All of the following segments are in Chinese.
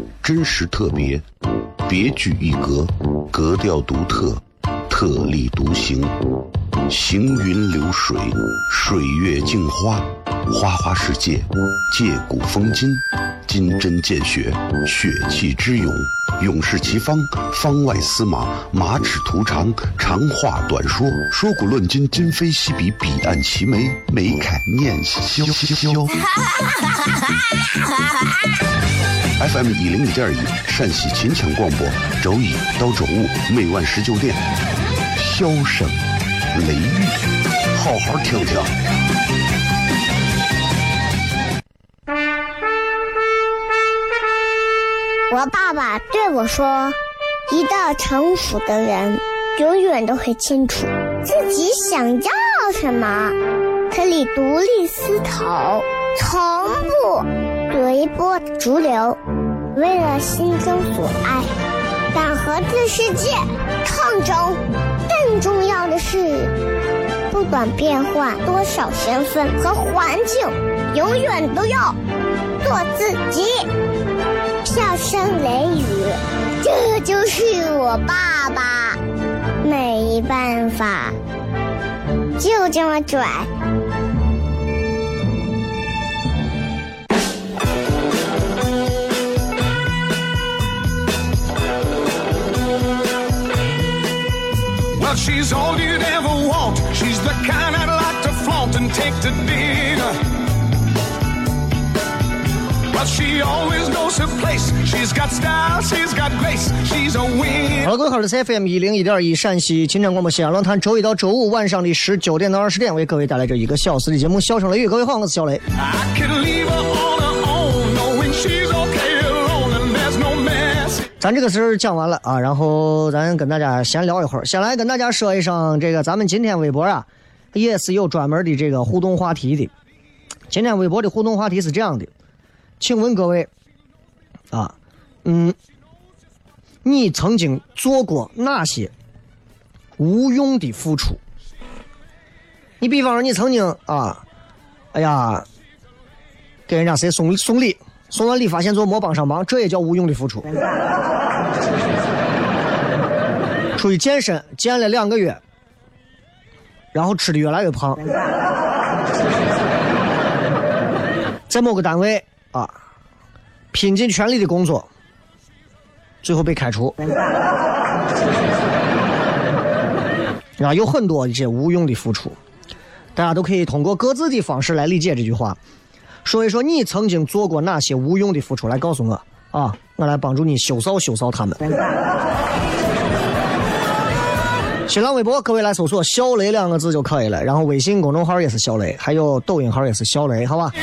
真实特别，别具一格，格调独特，特立独行，行云流水，水月镜花，花花世界，借古风今，金针见血，血气之勇，勇士齐方，方外司马，马齿图长，长话短说，说古论今，今非昔比，彼岸齐眉，眉凯念萧萧。FM 101.1陕西秦腔广播，周一到周五每晚19点，箫声雷雨，好好听听。 我爸爸对我说，一个成熟的人永远都会清楚自己想要什么，可以独立思考，从不随波逐流，为了心中所爱，敢和这世界抗争。更重要的是，不管变换多少身份和环境，永远都要做自己。笑声雷雨，这就是我爸爸，没办法，就这么拽。 Well, she's all you'd ever want. She's the kind I'd like to flaunt and take to dinner. But she always knows her place. She's got style, she's got grace. She's a win. 好了，各位好，这是 FM 101.1陕西秦腔广播西安论坛，周一到周五晚上的19点到20点，为各位带来这1个小时的节目。笑声雷雨，各位好，我是小雷。 I can leave her on her own, knowing she's okay alone and there's no mess. 咱这个事儿讲完了啊，然后咱跟大家闲聊一会儿。先来跟大家说一声，这个咱们今天微博啊，也是有专门的这个互动话题的。今天微博的互动话题是这样的。请问各位啊，你曾经做过哪些无用的付出？你比方说你曾经啊，哎呀，给人家谁送礼，送完礼发现做没帮上忙，这也叫无用的付出。出去健身，健了2个月，然后吃的越来越胖，在某个单位啊，拼尽全力的工作，最后被开除。啊，有很多一些无用的付出，大家都可以通过各自的方式来理解这句话。说一说你曾经做过哪些无用的付出，来告诉我啊，我来帮助你羞臊他们。新浪微博各位来搜索小雷2个字就可以了，然后微信公众号也是小雷，还有抖音号也是小雷，好吧。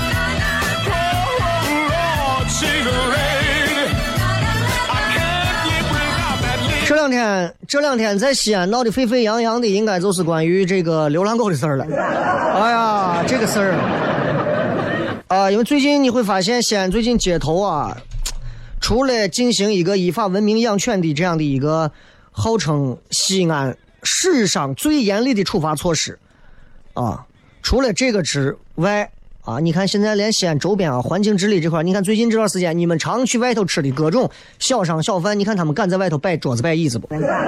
这两天在西安闹得沸沸扬扬的，应该就是关于这个流浪狗的事儿了。哎呀，这个事儿啊，因为最近你会发现，西安最近街头啊，除了进行一个依法文明养犬的这样的一个号称西安史上最严厉的处罚措施啊，除了这个之外啊，你看现在连西安周边啊环境治理这块，你看最近这段时间你们常去外头吃的各种小商小贩，你看他们敢在外头摆桌子摆椅子不？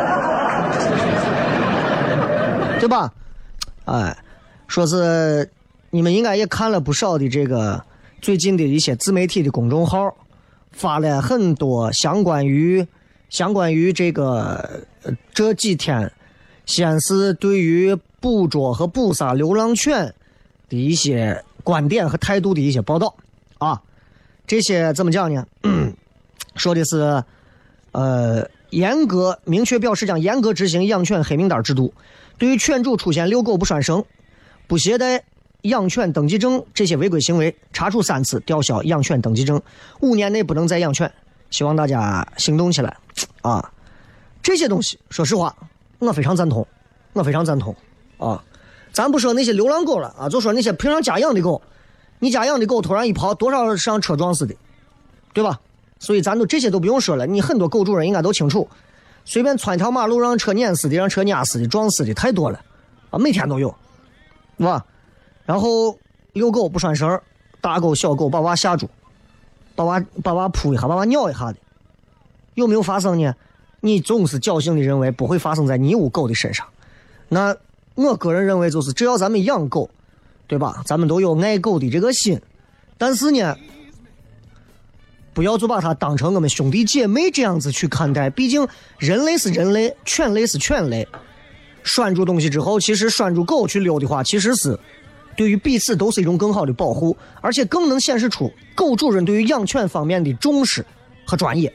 对吧？哎，说是你们应该也看了不少的这个最近的一些自媒体的公众号，发了很多相关于这个这几天西安市对于捕捉和捕杀流浪犬的一些观点和态度的一些报道啊，这些怎么讲呢？说的是严格明确表示将严格执行养犬黑名单制度，对于犬主出现遛狗不拴绳、不携带养犬登记证这些违规行为，查处3次，吊销养犬登记证，5年内不能再养犬。希望大家行动起来啊！这些东西，说实话，我非常赞同啊！咱不说那些流浪狗了啊，就说那些平常家养的狗，你家养的狗突然一跑，多少上车撞死的，对吧？所以咱都这些都不用说了，你很多狗主人应该都清楚，随便穿一条马路让车碾死的、让车压死的、撞死的太多了啊，每天都有，是吧？然后遛狗不拴绳，大狗小狗把娃吓住把娃扑一下，把娃尿一下的，有没有发生呢？你总是侥幸的认为不会发生在你屋狗的身上。那我个人认为就是只要咱们养狗，对吧？咱们都有爱狗的这个心，但是呢，不要就把它当成我们兄弟姐妹这样子去看待。毕竟人类是人类，犬类是犬类。拴住东西之后，其实拴住狗去溜的话，其实是对于彼此都是一种更好的保护，而且更能显示出狗主人对于养犬方面的重视和专业。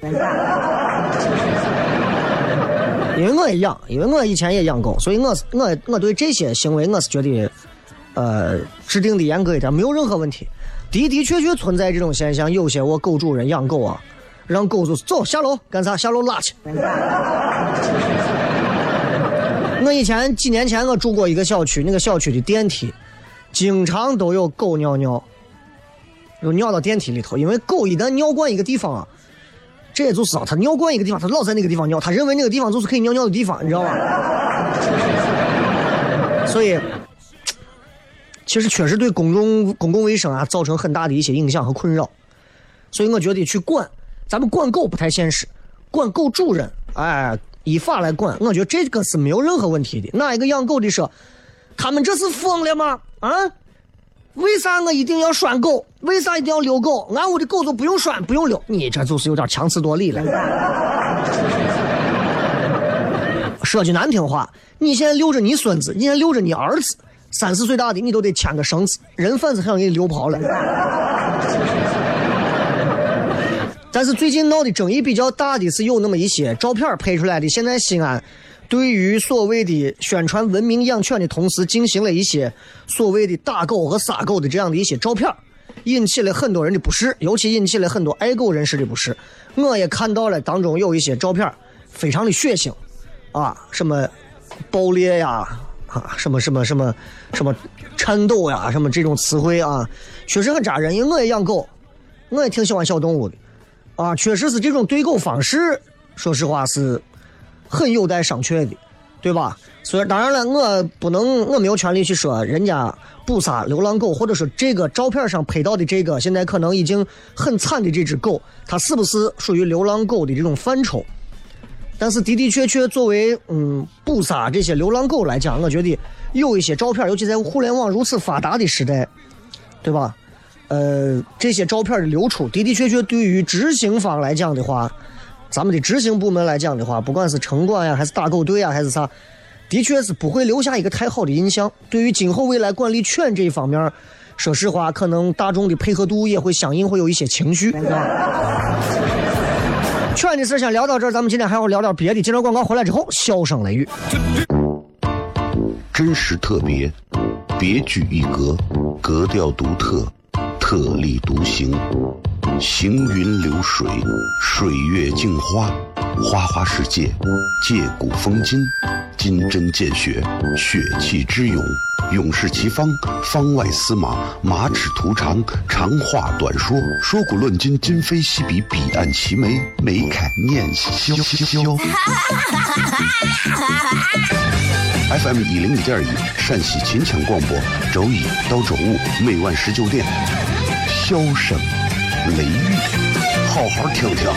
因为我也养，因为我以前也养狗，所以我对这些行为我是觉得制定的严格一点没有任何问题。的确存在这种现象，有些我狗主人养狗啊，让狗就走下楼干啥，下楼拉去。我以前几年前我住过一个小区，那个小区的电梯经常都有狗尿尿，有尿到电梯里头。因为狗一旦尿惯一个地方啊，这也就是它尿惯一个地方，它老在那个地方尿，它认为那个地方就是可以尿尿的地方，你知道吗？所以其实确实对公共卫生啊造成很大的一些影响和困扰。所以我觉得去管，咱们管狗不太现实，管狗主人，依法来管，我觉得这个是没有任何问题的。哪一个养狗的说他们这是疯了吗？啊，为啥我一定要拴狗？为啥一定要遛狗？俺屋的狗都不用拴不用遛，你这就是有点强词夺理了。说句难听话，你现在遛着你孙子，你现在遛着你儿子，30岁大的你都得牵个绳子，人贩子还想给你溜跑了。但是最近闹的争议比较大的是有那么一些照片拍出来的，现在西安对于所谓的宣传文明养犬的同时进行了一些所谓的打狗和撒狗的这样的一些照片，引起了很多人的不适，尤其引起了很多爱狗人士的不适。我也看到了当中有一些照片非常的血腥啊，什么爆裂呀什么颤抖呀，什么这种词汇啊，确实很扎人。因为我也养狗，我也挺喜欢小动物的啊，确实是这种对狗方式，说实话是很有待商榷的，对吧？所以当然了，我没有权利去说人家捕杀流浪狗，或者说这个照片上拍到的这个现在可能已经很惨的这只狗，它是不是属于流浪狗的这种范畴？但是的确作为捕杀这些流浪狗来讲，我觉得有一些照片，尤其在互联网如此发达的时代，对吧？这些照片的流出的确对于执行方来讲的话，咱们的执行部门来讲的话，不管是城管呀还是打狗队呀还是啥，的确是不会留下一个太好的印象。对于今后未来管理犬这一方面，说实话可能大众的配合度也会相应会有一些情绪。犬的事先聊到这儿，咱们今天还要聊点别的。接着广告回来之后，笑声雷雨， 真实特别，别具一格，格调独特，特立独行，行云流水，水月镜花，花花世界，借古风今，金针见血，血气之勇，勇士齐方，方外司马，马齿图长，长话短说，说古论今，今非昔比，彼岸齐眉，眉开念萧。FM 101.1陕西秦腔广播，周一到周五每晚19点，笑声雷雨，好好听听。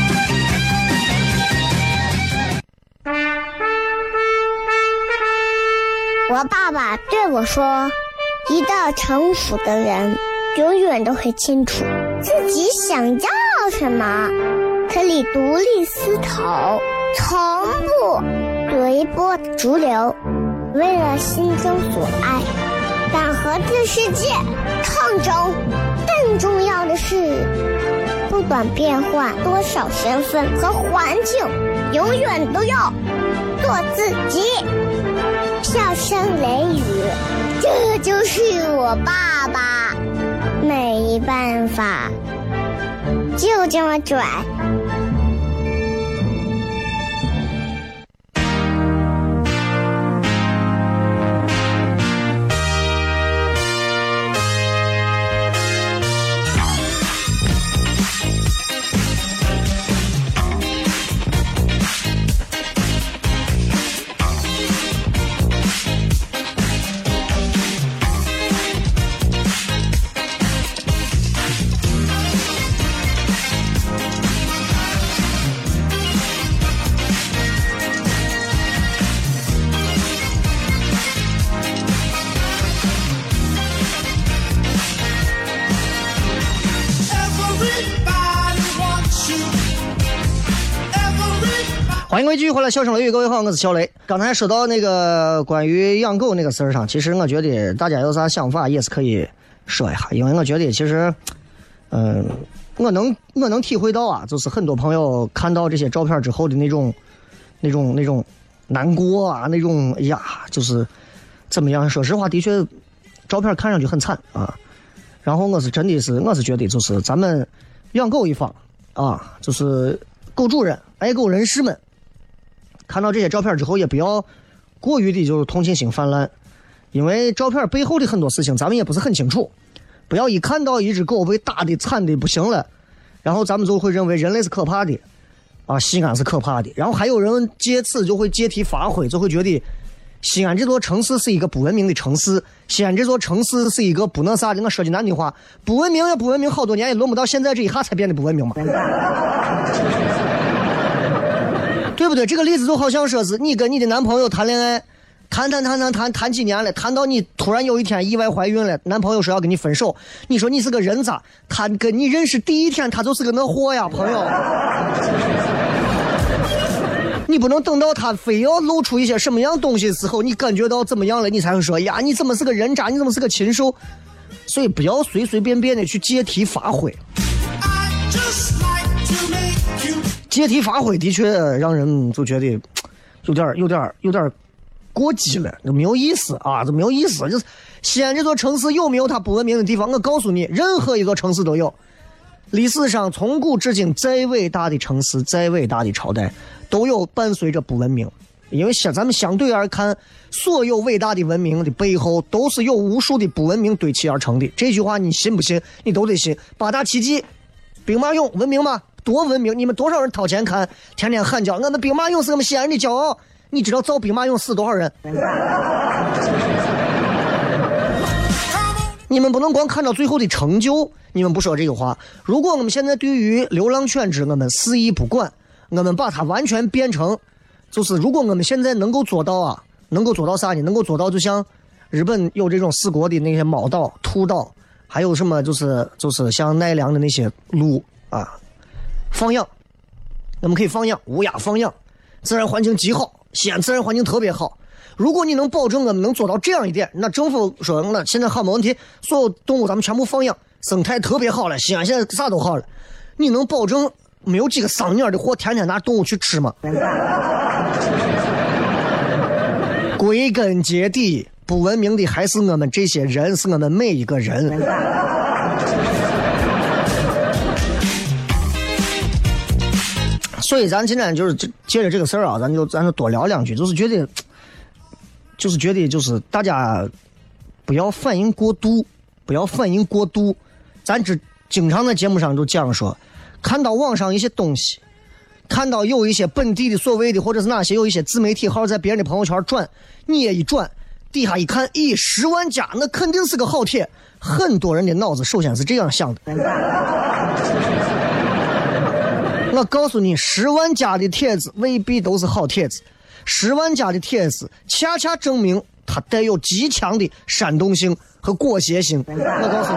我爸爸对我说，一个成熟的人永远都会清楚自己想要什么，可以独立思考，从不随波逐流，为了心中所爱，敢和这世界抗争。更重要的是，不管变换多少身份和环境，永远都要做自己。笑声雷雨，这就是我爸爸，没办法，就这么拽。 欢迎各位继续回来，笑声雷雨，各位好，我是小雷。刚才说到那个关于养狗那个事儿上，其实我觉得大家有啥想法也是可以说一下，因为我觉得其实，我能体会到啊，就是很多朋友看到这些照片之后的那种难过啊，那种哎呀，就是怎么样？说实话，的确，照片看上去很惨啊。然后我是觉得，就是咱们养狗一方啊，就是狗主人、爱狗人士们。看到这些照片之后，也不要过于的就是同情心泛滥，因为照片背后的很多事情咱们也不是很清楚。不要一看到一只狗被打的惨的不行了，然后咱们就会认为人类是可怕的啊，西安是可怕的，然后还有人借此就会借题发挥，就会觉得西安这座城市是一个不文明的城市，西安这座城市是一个不那啥的，我说句难听话，不文明也不文明，好多年也轮不到现在这一下才变得不文明嘛。对不对？这个例子就好像说是你跟你的男朋友谈恋爱，谈几年了，谈到你突然有一天意外怀孕了，男朋友说要跟你分手，你说你是个人渣，他跟你认识第一天他就是个那货呀，朋友。你不能等到他非要露出一些什么样东西的时候，你感觉到怎么样了，你才会说呀，你怎么是个人渣，你怎么是个禽兽？所以不要随随便便的去借题发挥。借题发挥的确让人就觉得有点过激了，没有意思啊，这没有意思。就是西安这座城市有没有它不文明的地方？我告诉你，任何一座城市都有。历史上从古至今，再伟大的城市、再伟大的朝代，都有伴随着不文明。因为咱们相对而看，所有伟大的文明的背后，都是有无数的不文明堆砌而成的。这句话你信不信？你都得信。八大奇迹，兵马俑文明吗？多文明！你们多少人掏钱看，天天喊叫，我们兵马俑是我们西安人的骄傲。你知道造兵马俑死多少人？你们不能光看到最后的成就，你们不说这个话。如果我们现在对于流浪犬只我们肆意不管，我们把它完全变成，就是如果我们现在能够做到啊，能够做到啥呢？能够做到就像日本有这种四国的那些猫岛、兔岛，还有什么就是像奈良的那些鹿啊。放养，我们可以放养，乌鸦放养，自然环境极好，西安自然环境特别好。如果你能保证我们能做到这样一点，那政府说那现在好没问题，所有动物咱们全部放养，生态特别好了，西安现在啥都好了。你能保证没有几个丧鸟的货天天拿动物去吃吗？归根结底，不文明的还是我们这些人，是我们每一个人。所以咱今天就是借着这个事儿啊，咱就多聊两句，就是觉得大家不要反应过度，咱经常在节目上就讲说，看到网上一些东西，看到有一些本地的所谓的或者是哪些有一些自媒体号在别人的朋友圈转，你也一转，底下一看，10万加，那肯定是个好帖。很多人的脑子首先是这样想的。我告诉你，10万加的帖子未必都是好帖子，10万加的帖子恰恰证明它带有极强的煽动性和裹挟性。我告诉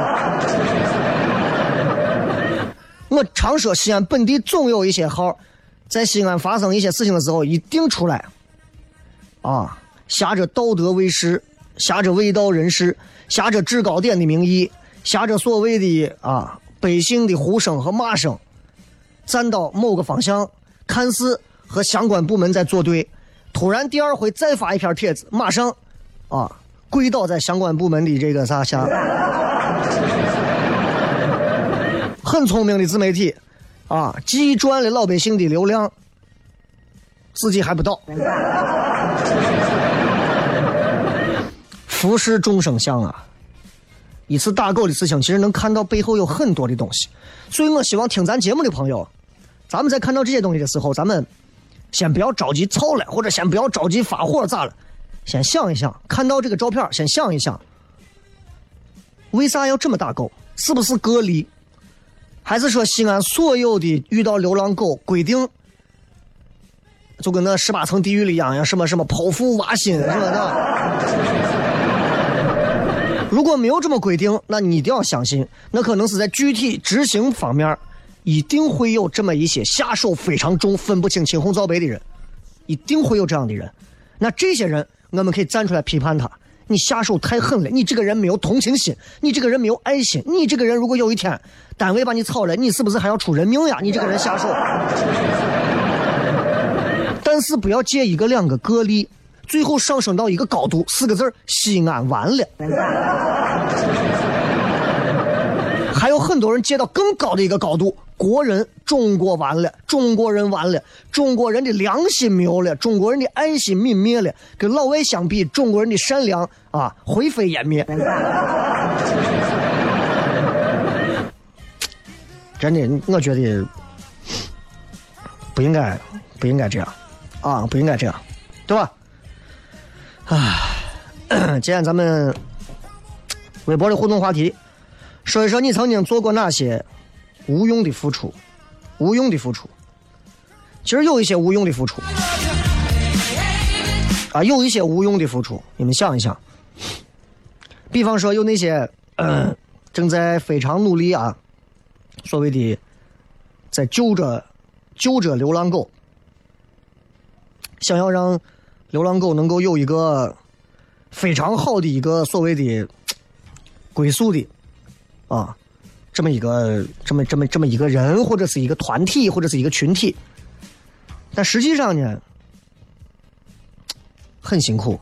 你，我常说西安本地总有一些号在西安发生一些事情的时候一定出来啊，挟着道德卫士，挟着卫道人士，挟着制高点的名义，挟着所谓的百姓的呼声和骂声，站到某个方向，看似和相关部门在作对，突然第二回再发一篇帖子，马上跪倒在相关部门的这个啥下。很聪明的自媒体既赚了老百姓的流量，自己还不到。服侍众生相啊，一次打狗的事情其实能看到背后有很多的东西。所以我希望听咱节目的朋友，咱们在看到这些东西的时候，咱们先不要着急操了，或者先不要着急发火咋了，先想一想，看到这个照片先想一想，为啥要这么打狗？是不是个例？还是说西安所有的遇到流浪狗规定就跟那18层地狱里一样，什么剖腹挖心什么的？如果没有这么规定，那你一定要相信，那可能是在具体执行方面一定会有这么一些下手非常重分不清青红皂白的人。 一定会有这样的人。那这些人我们可以站出来批判他，你下手太狠了，你这个人没有同情心，你这个人没有爱心，你这个人如果有一天单位把你炒了，你是不是还要出人命呀？你这个人下手。但是不要借一个两个个例最后上升到一个高度，4个字：西安完了。还有很多人借到更高的一个高度，中国完了，中国人完了，中国人的良心没有了，中国人的爱心泯灭了，跟老外相比，中国人的善良啊灰飞烟灭。真的，我觉得不应该这样啊，不应该这样，对吧？今天咱们微博的互动话题，说一说你曾经做过哪些无用的付出。其实有一些无用的付出啊，有一些无用的付出，你们想一想。比方说有那些正在非常努力啊，所谓的在救着流浪狗，想要让流浪狗能够有一个非常好的一个所谓的归宿的啊，这么一个人，或者是一个团体，或者是一个群体，但实际上呢，很辛苦。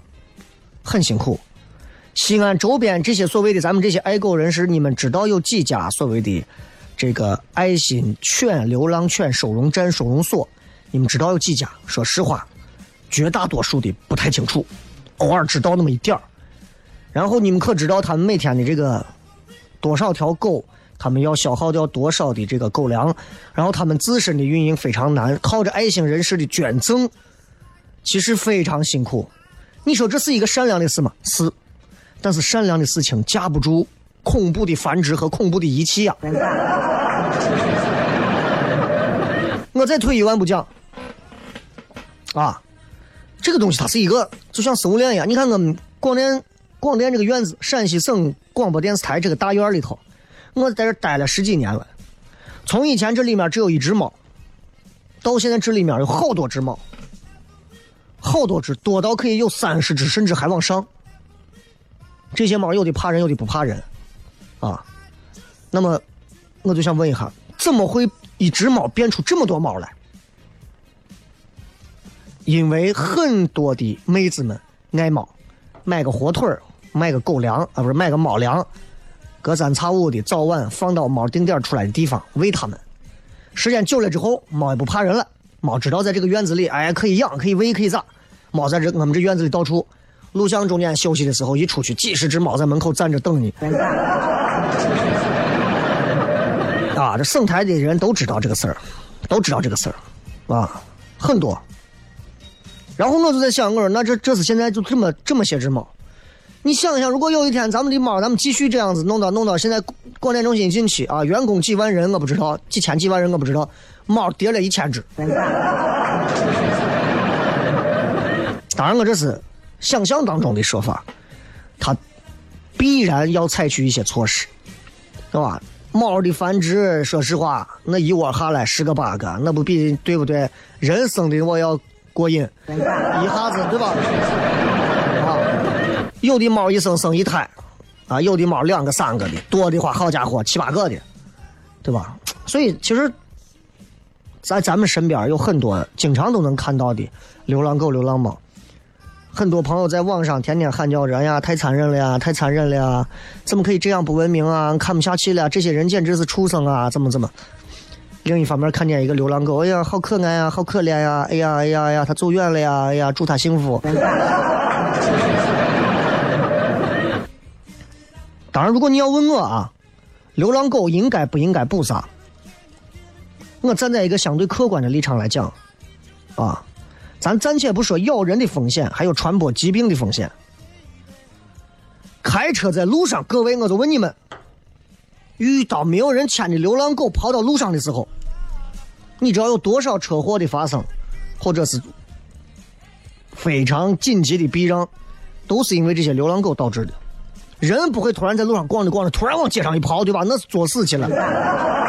西安周边这些所谓的咱们这些爱狗人士，你们知道有几家所谓的这个爱心犬、流浪犬收容站、收容所？你们知道有几家？说实话，绝大多数的不太清楚，偶尔知道那么一点儿。然后你们可知道他们每天的这个多少条狗，他们要消耗掉多少的这个狗粮，然后他们自身的运营非常难，靠着爱心人士的捐赠，其实非常辛苦。你说这是一个善良的事吗？是，但是善良的事情架不住恐怖的繁殖和恐怖的遗弃呀。我再退一万步讲啊，这个东西它是一个就像食物链一样。你看我们广电这个院子，陕西省广播电视台这个大院里头，我在这待了10几年了。从以前这里面只有一只猫，到现在这里面有好多只猫，好多只，多到可以有30只，甚至还往上。这些猫有的怕人，有的不怕人啊。那么我就想问一下，怎么会一只猫变出这么多猫来？因为很多的妹子们爱猫，买个火腿，买个狗粮啊，不是买个猫粮，隔三差五的早晚放到猫定点出来的地方喂它们。时间久了之后，猫也不怕人了，猫知道在这个院子里，哎，可以养，可以喂，可以咋？猫在我们这院子里到处，录像中间休息的时候，一出去几十只猫在门口站着等你。啊，这省台的人都知道这个事儿，啊，很多。然后我就在想，我说那这是现在就这么些只猫。你想一想，如果有一天咱们的猫，咱们继续这样子弄到现在广电中心进去啊，员工几万人我不知道，几千几万人我不知道，猫跌了1000只。当然我这是想象当中的说法，它必然要采取一些措施，对吧？猫的繁殖，说实话，那一窝下来10个8个，那不比对不对？人生的我要过瘾，一下子对吧？啊，有的猫一生生一胎，啊，有的猫2个3个的，多的话好家伙7、8个的，对吧？所以其实，在咱们身边有很多经常都能看到的流浪狗、流浪猫。很多朋友在网上天天喊叫着，哎呀，太残忍了呀，太残忍了呀，怎么可以这样不文明啊？看不下去了，这些人简直是畜生啊！怎么？另一方面看见一个流浪狗，哎呀，好可爱呀，好可怜呀，哎呀，他走远了呀，哎呀，祝他幸福。当然，如果你要问我啊，流浪狗应该不应该捕杀？我站在一个相对客观的立场来讲，啊。咱暂且不说咬人的风险，还有传播疾病的风险。开车在路上，各位，我就问你们，遇到没有人牵的流浪狗跑到路上的时候，你知道有多少车祸的发生，或者是非常紧急的避让，都是因为这些流浪狗导致的。人不会突然在路上逛着突然往街上一跑，对吧？那是作死去了。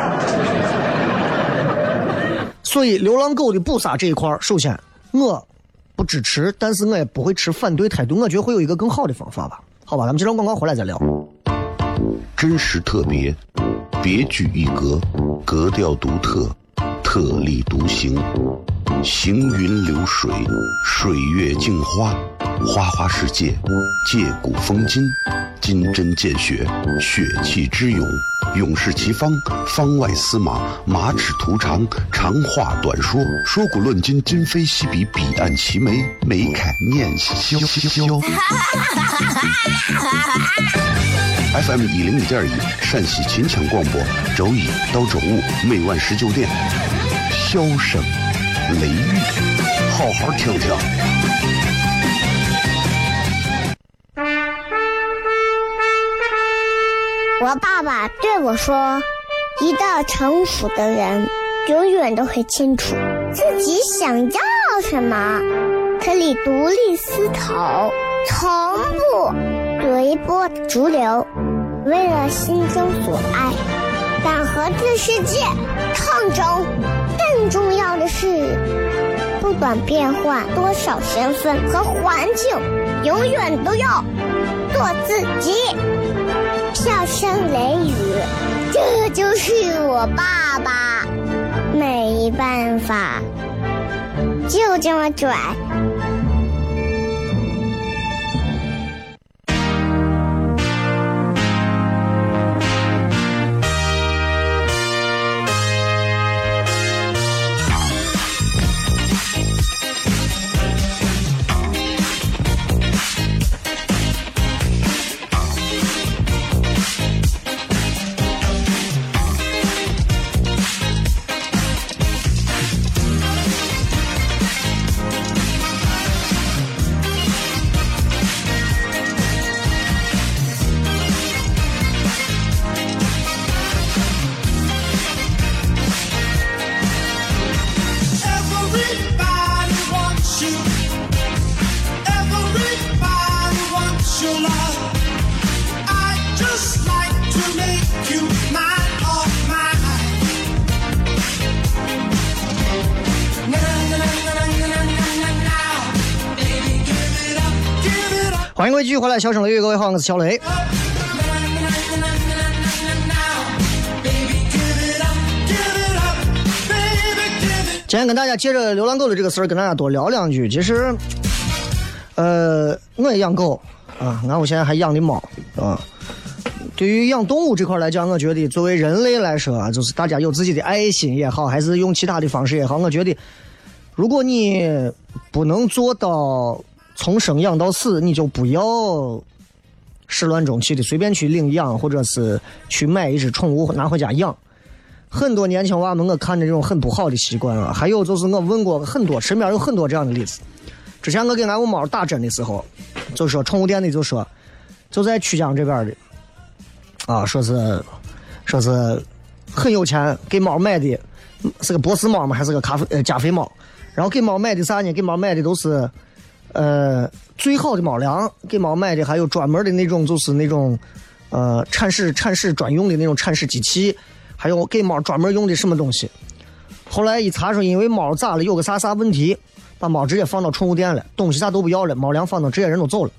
所以流浪狗的捕杀这一块，首先我不支持，但是我也不会持反对态度，我觉得会有一个更好的方法吧。好吧，咱们接着广告回来再聊。 真实特别，别具一格，格调独特，特立独行，行云流水，水月镜花，花花世界，借古风今，金针见血，血气之勇，勇士齐方，方外司马，马齿图长，长话短说，说古论今，今非昔比，彼岸齐眉，眉开眼笑。FM 101.1陕西秦腔广播，周一到周五每晚19点，笑声雷雨，好好听听。 我爸爸对我说，一个成熟的人永远都会清楚自己想要什么，可以独立思考，从不随波逐流，为了心中所爱，敢和这世界抗争。更重要的是，不管变换多少身份和环境，永远都要做自己。笑声雷雨，这就是我爸爸。没办法，就这么拽。 欢迎各位继续回来，小声雷雨，各位好，我是小雷。今天跟大家接着流浪狗的这个事儿跟大家多聊两句。其实我也养狗啊，我现在还养的猫啊。对于养动物这块来讲，我觉得作为人类来说啊，就是大家有自己的爱心也好，还是用其他的方式也好，我觉得如果你不能做到从生养到死，你就不要始乱终弃的随便去领养，或者是去买一只宠物拿回家养。很多年轻娃们我看着这种很不好的习惯啊。还有就是我问过很多，身边有很多这样的例子。之前我给俺猫打针的时候，就说宠物店的就说，就在曲江这边的啊，说是很有钱，给猫买的是个波斯猫嘛，还是个加菲猫，然后给猫买的啥呢？给猫买的都是最好的猫粮，给猫买的还有专门的那种，就是那种铲屎专用的那种铲屎机器，还有给猫专门用的什么东西。后来一查说，因为猫咋了，有个啥问题，把猫直接放到宠物店了，东西啥都不要了，猫粮放到直接人都走了。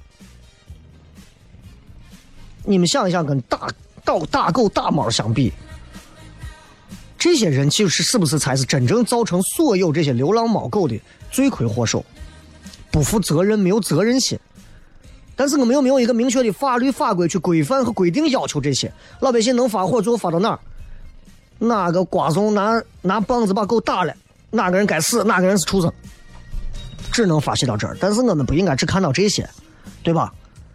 你们想一想，跟大狗大猫相比，这些人其实是不是才是真正造成所有这些流浪猫狗的罪魁祸首？不负责任，没有责任心。但是我们有没有一个明确的法律法规去规范和规定要求这些？老百姓能发火最后发到哪儿？哪个瓜怂拿棒子把狗打了，哪个人该死，哪个人是畜生，只能发泄到这儿。但是我们不应该只看到这些，对吧？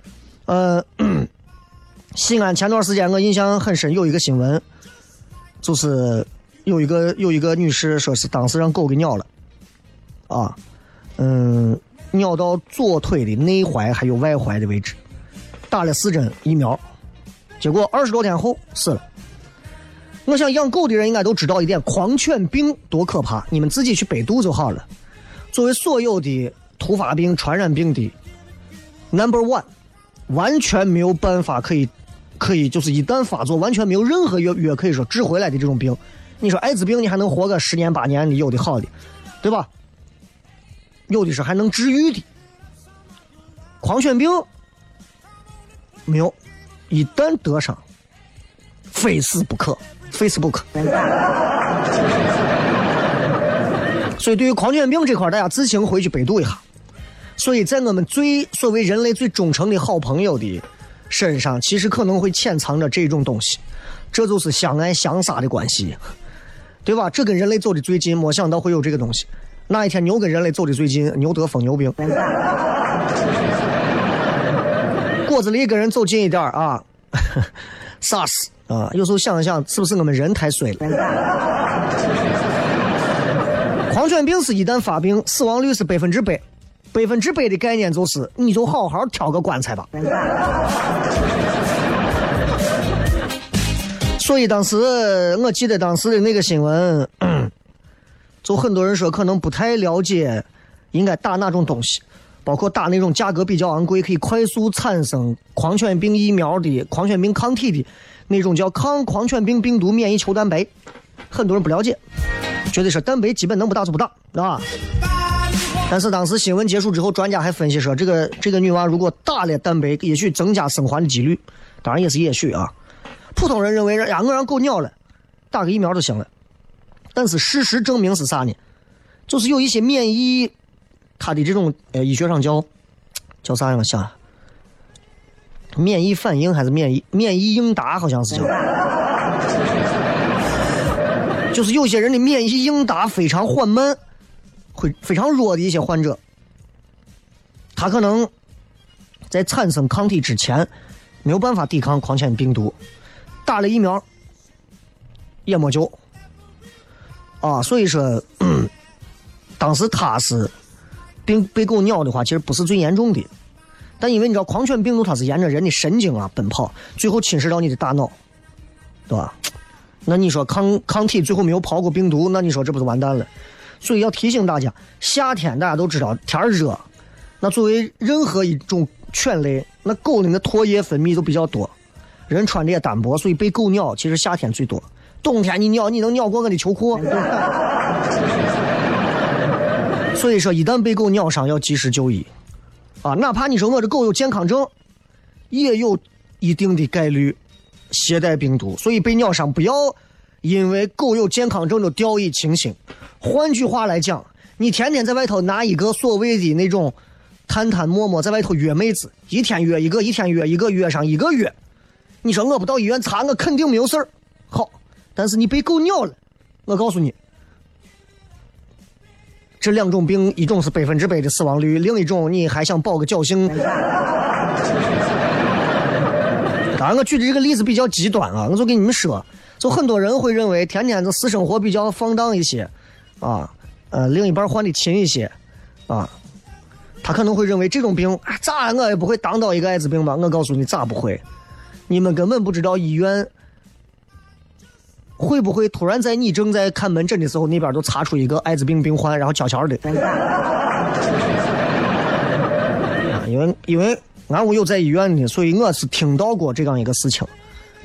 西安前段时间我印象很深，有一个新闻，就是有一个女士说是当时让狗给咬了啊，咬到左腿的内踝还有外踝的位置，打了4针疫苗，结果20多天后死了。我想养狗的人应该都知道一点，狂犬病多可怕，你们自己去百度就好了。作为所有的突发病传染病的 No.1， 完全没有办法可以就是一旦发作完全没有任何药可以说治回来的这种病。你说艾滋病你还能活个10年8年的，有的好的，对吧？ 有的是还能治愈的。狂犬病没有，一旦得上，非死不可，非死不可。所以对于狂犬病这块，大家自行回去百度一下。所以在我们所谓人类最忠诚的好朋友的身上，其实可能会潜藏着这种东西，这就是相爱相杀的关系，对吧？这跟人类走的最近，没想到会有这个东西。那一天牛跟人类走的最近，牛得疯牛病。果子狸跟人走近一点啊，SARS 啊，有时候想一想，是不是我们人太衰了？狂犬病是一旦发病，死亡率是100%。100%的概念就是，你就好好挑个棺材吧。所以当时我记得当时的那个新闻，就很多人说可能不太了解应该打哪种东西，包括打那种价格比较昂贵可以快速产生狂犬病疫苗的狂犬病抗体的那种叫抗狂犬病病毒免疫球蛋白，很多人不了解，觉得说蛋白基本能不打就不打，啊。但是当时新闻结束之后，专家还分析说，这个女娃如果打了蛋白，也许增加生还的几率，当然也是也许啊。普通人认为呀，我让狗咬了，打个疫苗就行了。但是事实证明是啥呢？就是有一些免疫，它的这种医学上叫啥样？想免疫反应还是免疫应答，好像是叫。就是有些人的免疫应答非常缓慢。会非常弱的一些患者，他可能在产生抗体之前没有办法抵抗狂犬病毒，打了疫苗也没救啊。所以说当时他是被狗咬的话，其实不是最严重的，但因为你知道狂犬病毒它是沿着人的神经啊奔跑，最后侵蚀到你的大脑，对吧？那你说抗体最后没有跑过病毒，那你说这不是完蛋了？所以要提醒大家，夏天大家都知道天热，那作为任何一种犬类，那狗的那唾液分泌都比较多，人穿的也单薄，所以被狗咬其实夏天最多。冬天你能咬过我的秋裤？所以说一旦被狗咬伤要及时就医啊，哪怕你说我这狗有健康证，也有一定的概率携带病毒，所以被咬伤不要因为狗有健康证就掉以轻心。换句话来讲，你天天在外头拿一个所谓的那种探摸摸在外头约妹子，一天约一个，一天约一个，约上一个月，你说我不到医院查我肯定没有事儿。好，但是你被狗咬了，我告诉你，这两种病，一种是100%的死亡率，另一种你还想保个侥幸。当然我举的这个例子比较极端啊，我就跟你们说，就很多人会认为天天的私生活比较放荡一些啊，另一半换的勤一些啊，他可能会认为这种病咋我也不会当到一个艾滋病吧？我告诉你咋不会，你们根本不知道医院会不会突然在你正在看门诊的时候，那边都查出一个艾滋病病患，然后悄悄的因为俺我有在医院的，所以我是听到过这样一个事情，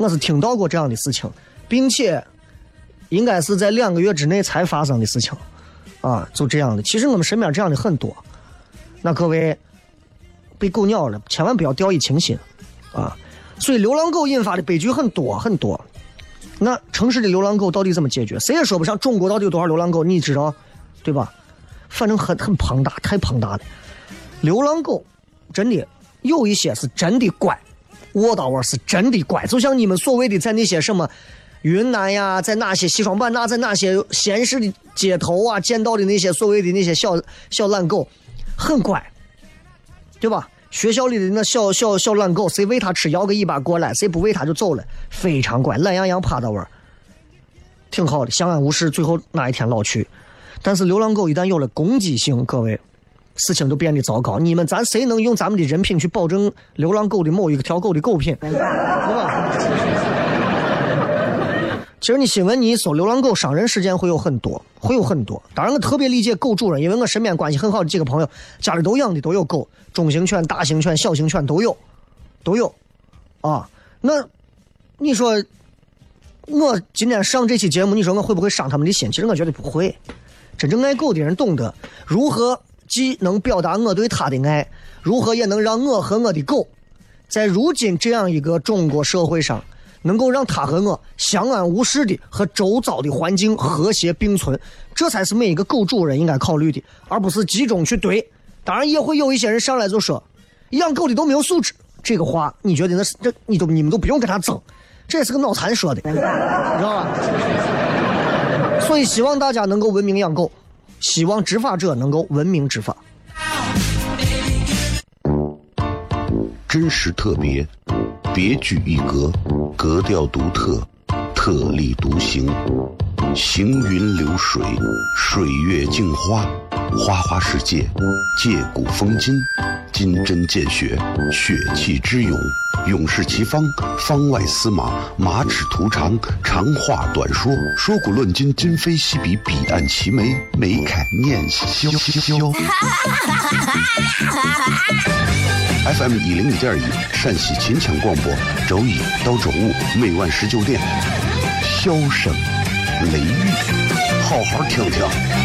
并且应该是在2个月之内才发生的事情啊，就这样的。其实我们身边这样的很多，那各位被狗咬了千万不要掉以轻心啊。所以流浪狗引发的悲剧很多很多。那城市的流浪狗到底怎么解决？谁也说不上中国到底有多少流浪狗，你知道对吧？反正很庞大，太庞大了。流浪狗真的有一些是真的乖，窝到窝是真的乖，就像你们所谓的在那些什么云南呀，在那些西双版纳，在那些闲适的街头啊见到的那些所谓的那些小懒狗，很乖，对吧？学校里的那小懒狗，谁喂它吃摇个尾巴过来，谁不喂它就走了，非常乖，懒洋洋趴到位，挺好的，相安无事，最后哪一天老去。但是流浪狗一旦有了攻击性，各位事情就变得糟糕。咱谁能用咱们的人品去保证流浪狗的某一条狗的狗品，对吧？其实你新闻你一搜，流浪狗伤人事件会有很多。当然我特别理解狗主人，因为我身边关系很好的几个朋友家里都养的都有狗，中型犬、大型犬、小型犬都有啊。那你说我今天上这期节目，你说我会不会伤他们的心？其实我觉得不会。真正爱狗的人懂得如何既能表达我对他的爱，如何也能让我和我的狗在如今这样一个中国社会上，能够让他和我相安无事的和周遭的环境和谐并存，这才是每一个狗主人应该考虑的，而不是集中去怼。当然也会有一些人上来就说养狗的都没有素质，这个话你觉得那是你们都不用跟他争，这也是个脑残说的，知道吧？所以希望大家能够文明养狗，希望执法者能够文明执法。 真实特别，别具一格，格调独特，特立独行，行云流水，水月镜花，花花世界，借古风今，金针见血，血气之勇，勇士齐方，方外司马，马齿图长，长话短说，说古论今，今非昔比，彼岸齐眉，眉开眼笑。FM 101.1陕西秦腔广播，周一到周五每晚19点，笑声雷雨，好好听听。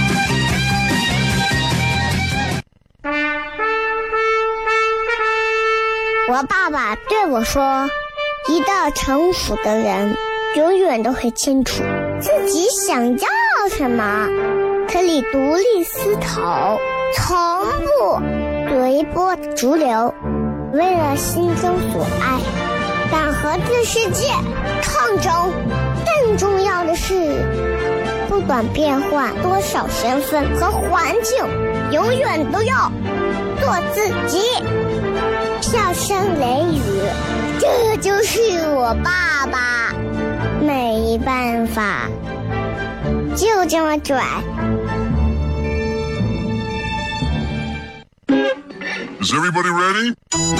我爸爸对我说，一个成熟的人永远都会清楚自己想要什么，可以独立思考，从不随波逐流，为了心中所爱，敢和这世界抗争。更重要的是，不管变换多少身份和环境，永远都要做自己。笑声雷雨，这就是我爸爸，没办法，就这么拽。 Is everybody ready?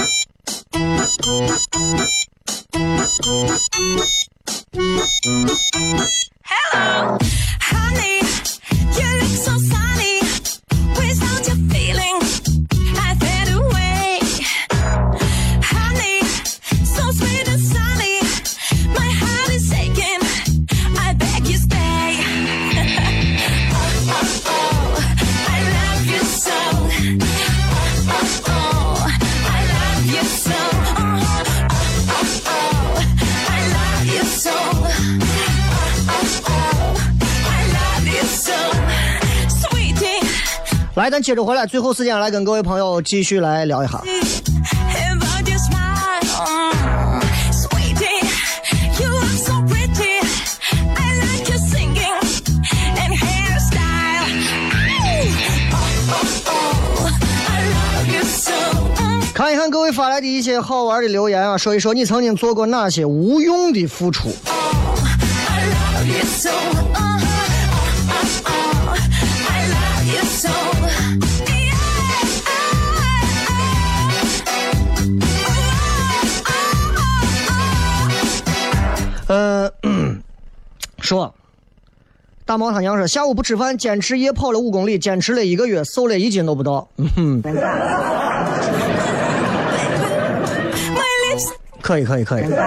Hello, honey, you look so sunny. Without your feeling, I fade away. Honey, so sweet and sunny. My heart is aching. I beg you stay. Oh, oh, oh, I love you so. Oh, oh, I love you so. Oh, oh, I love you so. Oh, 来，咱接着回来，最后时间来跟各位朋友继续来聊一下。看一看各位发来的一些好玩的留言啊，说一说你曾经做过哪些无用的付出。说大毛他娘说下午不吃饭，坚持夜跑了5公里，坚持了1个月，瘦了1斤都不到。可以。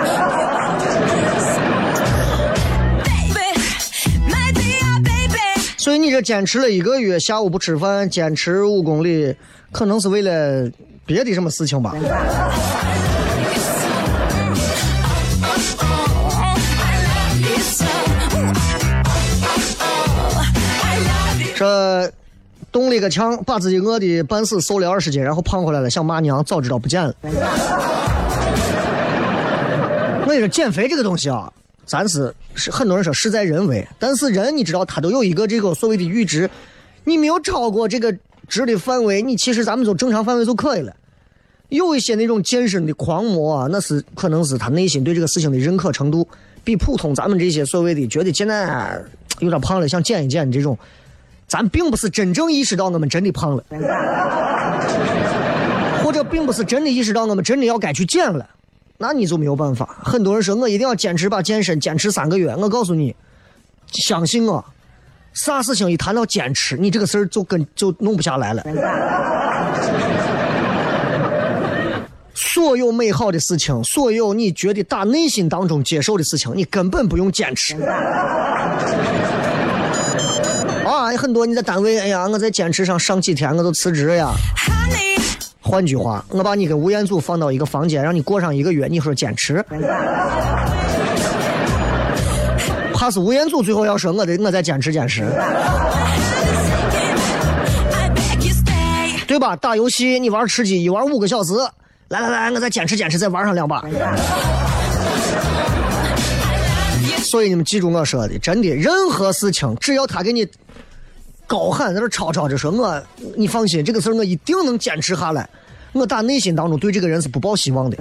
所以你这坚持了1个月，下午不吃饭，坚持5公里，可能是为了别的什么事情吧。这动了个枪，把自己饿的半死，瘦了20斤，然后胖回来了，想骂娘，早知道不见了。我跟你说，减肥这个东西啊，咱是很多人说事在人为，但是人你知道他都有一个这个所谓的阈值，你没有超过这个值的范围，你其实咱们走正常范围就可以了。有一些那种健身的狂魔啊，那是可能是他内心对这个事情的认可程度比普通咱们这些所谓的觉得现在有点胖了想减一减这种，咱并不是真正意识到我们真的胖了，或者并不是真的意识到我们真的要该去减了，那你就没有办法。很多人说我一定要坚持把健身坚持3个月，我告诉你，相信我，啥事情一谈到坚持，你这个事儿就弄不下来了。所有美好的事情，所有你觉得打内心当中接受的事情，你根本不用坚持。 啊，很多你在单位，哎呀，我在坚持上几天，我都辞职呀。换句话，我把你跟吴彦祖放到一个房间，让你过上1个月，你说坚持？怕是吴彦祖最后要说我再坚持，对吧？打游戏你玩吃鸡，一玩5个小时，来，我再坚持，再玩上2把。所以你们记住我说的，真的，任何事情只要他给你高喊在这吵着说你放心，这个事儿我一定能坚持下来，我打内心当中对这个人是不抱希望的。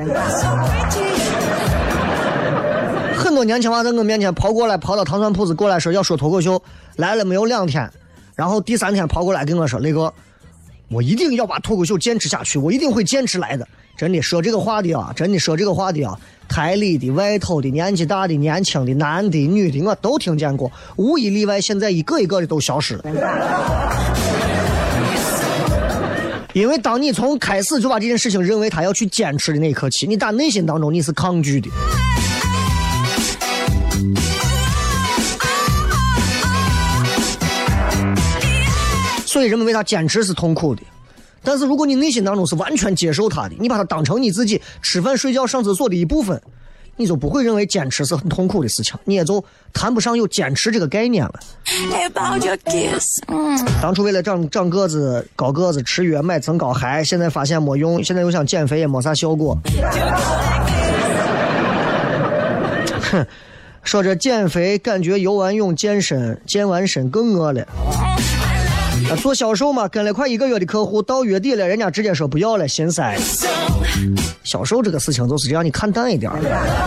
很多年轻娃在我面前跑到糖蒜铺子过来说要说脱口秀，来了没有2天，然后第3天跑过来跟我说，雷哥，我一定要把脱口秀坚持下去，我一定会坚持来的。真的说这个话的啊，台里的、外头的、年纪大的、年轻的、男的、女的，我都听见过，无一例外，现在一个一个的都消失了。因为当你从开始就把这件事情认为他要去坚持的那一刻起，你打内心当中你是抗拒的。所以人们为他坚持是痛苦的。但是如果你内心当中是完全接受他的，你把它当成你自己吃饭睡觉上厕所的一部分，你就不会认为坚持是很痛苦的事情，你也就谈不上有坚持这个概念了。当初为了长个子高个子吃药买增高鞋，现在发现没用，现在又想减肥也没啥效果。说着减肥感觉游完泳健完身更饿了。做销售嘛，跟了快1个月的客户，到月底了，人家直接说不要了，心塞。销售这个事情就是这样，你看淡一点。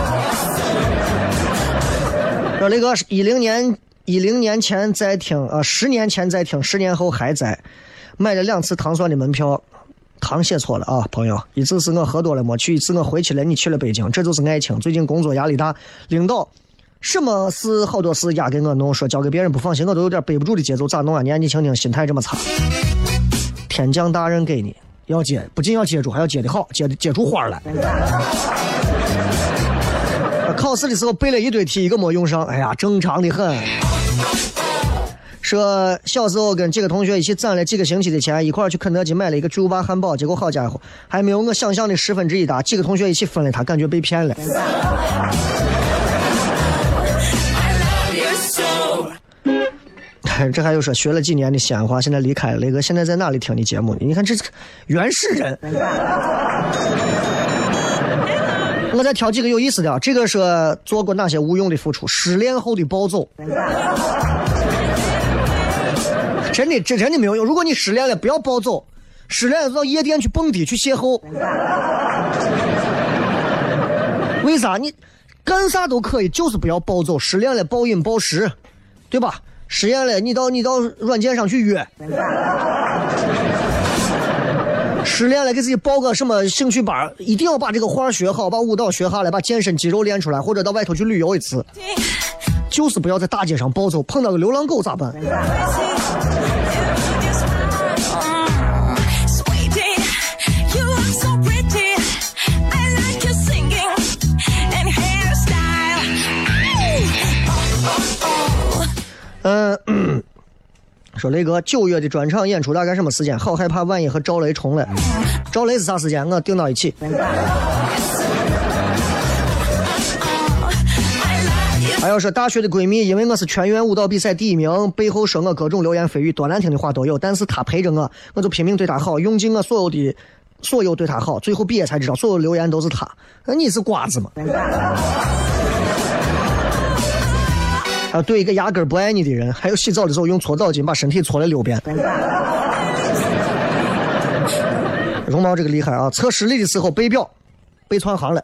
说那个10年前在听10年前在听，10年后还在，买了2次糖蒜的门票，糖写错了啊，朋友，一次是我喝多了没去，一次我回去了，你去了北京，这就是爱情。最近工作压力大，领导什么事好多事压给我弄，说交给别人不放心，我都有点背不住的节奏，咋弄啊？年纪轻轻心态这么差，天降大任给你，要接，不仅要接住，还要接得好，接出花来。考试的时候背了一堆题，一个没用上，哎呀，正常的很。说小时候跟几个同学一起攒了几个星期的钱，一块去肯德基买了一个巨无霸汉堡，结果好家伙，还没有我想象的1/10大，几个同学一起分了它，感觉被骗了。这还有说学了几年的西安话，现在离开了，那个现在在哪里听你节目？你看这原始人。我再挑几个有意思的，这个是做过哪些无用的付出，失恋后的暴走。真的没有用。如果你失恋了，不要暴走，失恋了到夜店去蹦迪去邂逅。为啥？你干啥都可以，就是不要暴走。失恋了暴饮暴食，对吧？失恋了你到软件上去约。失恋了给自己报个什么兴趣班，一定要把这个画学好，把舞蹈学下来，把健身肌肉练出来，或者到外头去旅游一次。就是不要在大街上暴走，碰到个流浪狗咋办？说雷哥9月的专场演出大概什么时间？好害怕万一和赵雷重了。赵雷是啥时间？我定到一起。还有说大学的闺蜜，因为我是全院舞蹈比赛第1名，背后说我各种流言蜚语，多难听的话都有，但是她陪着我，我就拼命对她好，用尽我所有对她好，最后毕业才知道所有流言都是她。那你是瓜子吗？对一个压根不爱你的人，还有洗澡的时候用搓澡巾把身体搓了6遍。绒毛这个厉害啊！测实力的时候背表被窜行了。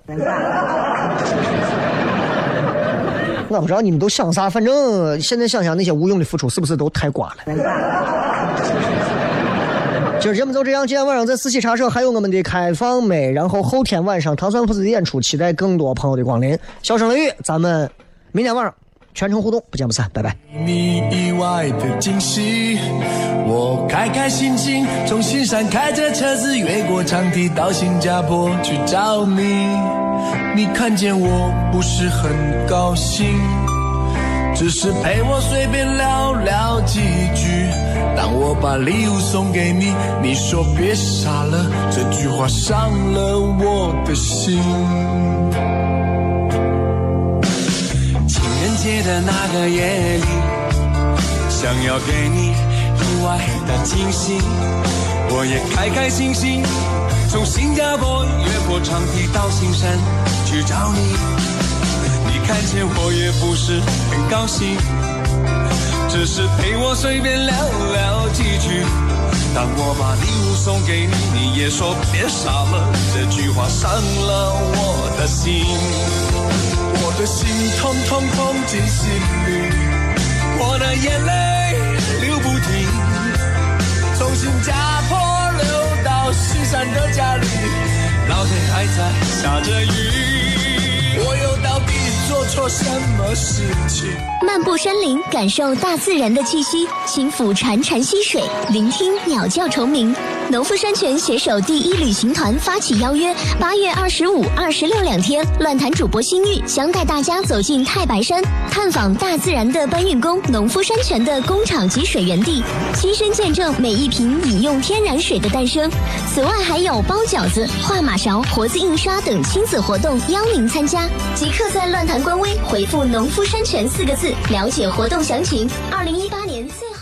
我不知道你们都想啥，反正现在想想那些无用的付出是不是都太瓜了？今儿节目就这样，今天晚上在四喜茶社还有我们的开放美，然后后天晚上糖蒜铺子的演出，期待更多朋友的光临。笑声雷雨，咱们明天晚上全程互动，不见不散，拜拜。 你意外的惊喜，我开开心心从新山开着车子越过长堤到新加坡去找你。你看见我不是很高兴，只是陪我随便聊聊几句。 我把礼物送给你，你说别傻了，这句话伤了我的心。情人节的那个夜里，想要给你意外的惊喜，我也开开心心从新加坡越过长堤到新山去找你。你看见我也不是很高兴，只是陪我随便聊聊几句。当我把礼物送给你，你也说别傻了，这句话伤了我的心。我的心痛痛痛进心里，我的眼泪流不停，从新加坡流到西山的家里，老天还在下着雨，我又到底做错什么事情？ 漫步山林，感受大自然的气息，轻抚潺潺溪水，聆听鸟叫虫鸣。农夫山泉携手第一旅行团发起邀约，8月25、26两天，乱谈主播心玉将带大家走进太白山，探访大自然的搬运工农夫山泉的工厂及水源地，亲身见证每一瓶饮用天然水的诞生。此外还有包饺子、画马勺、活字印刷等亲子活动邀您参加，即刻在乱谈官微回复农夫山泉4个字了解活动详情。2018年最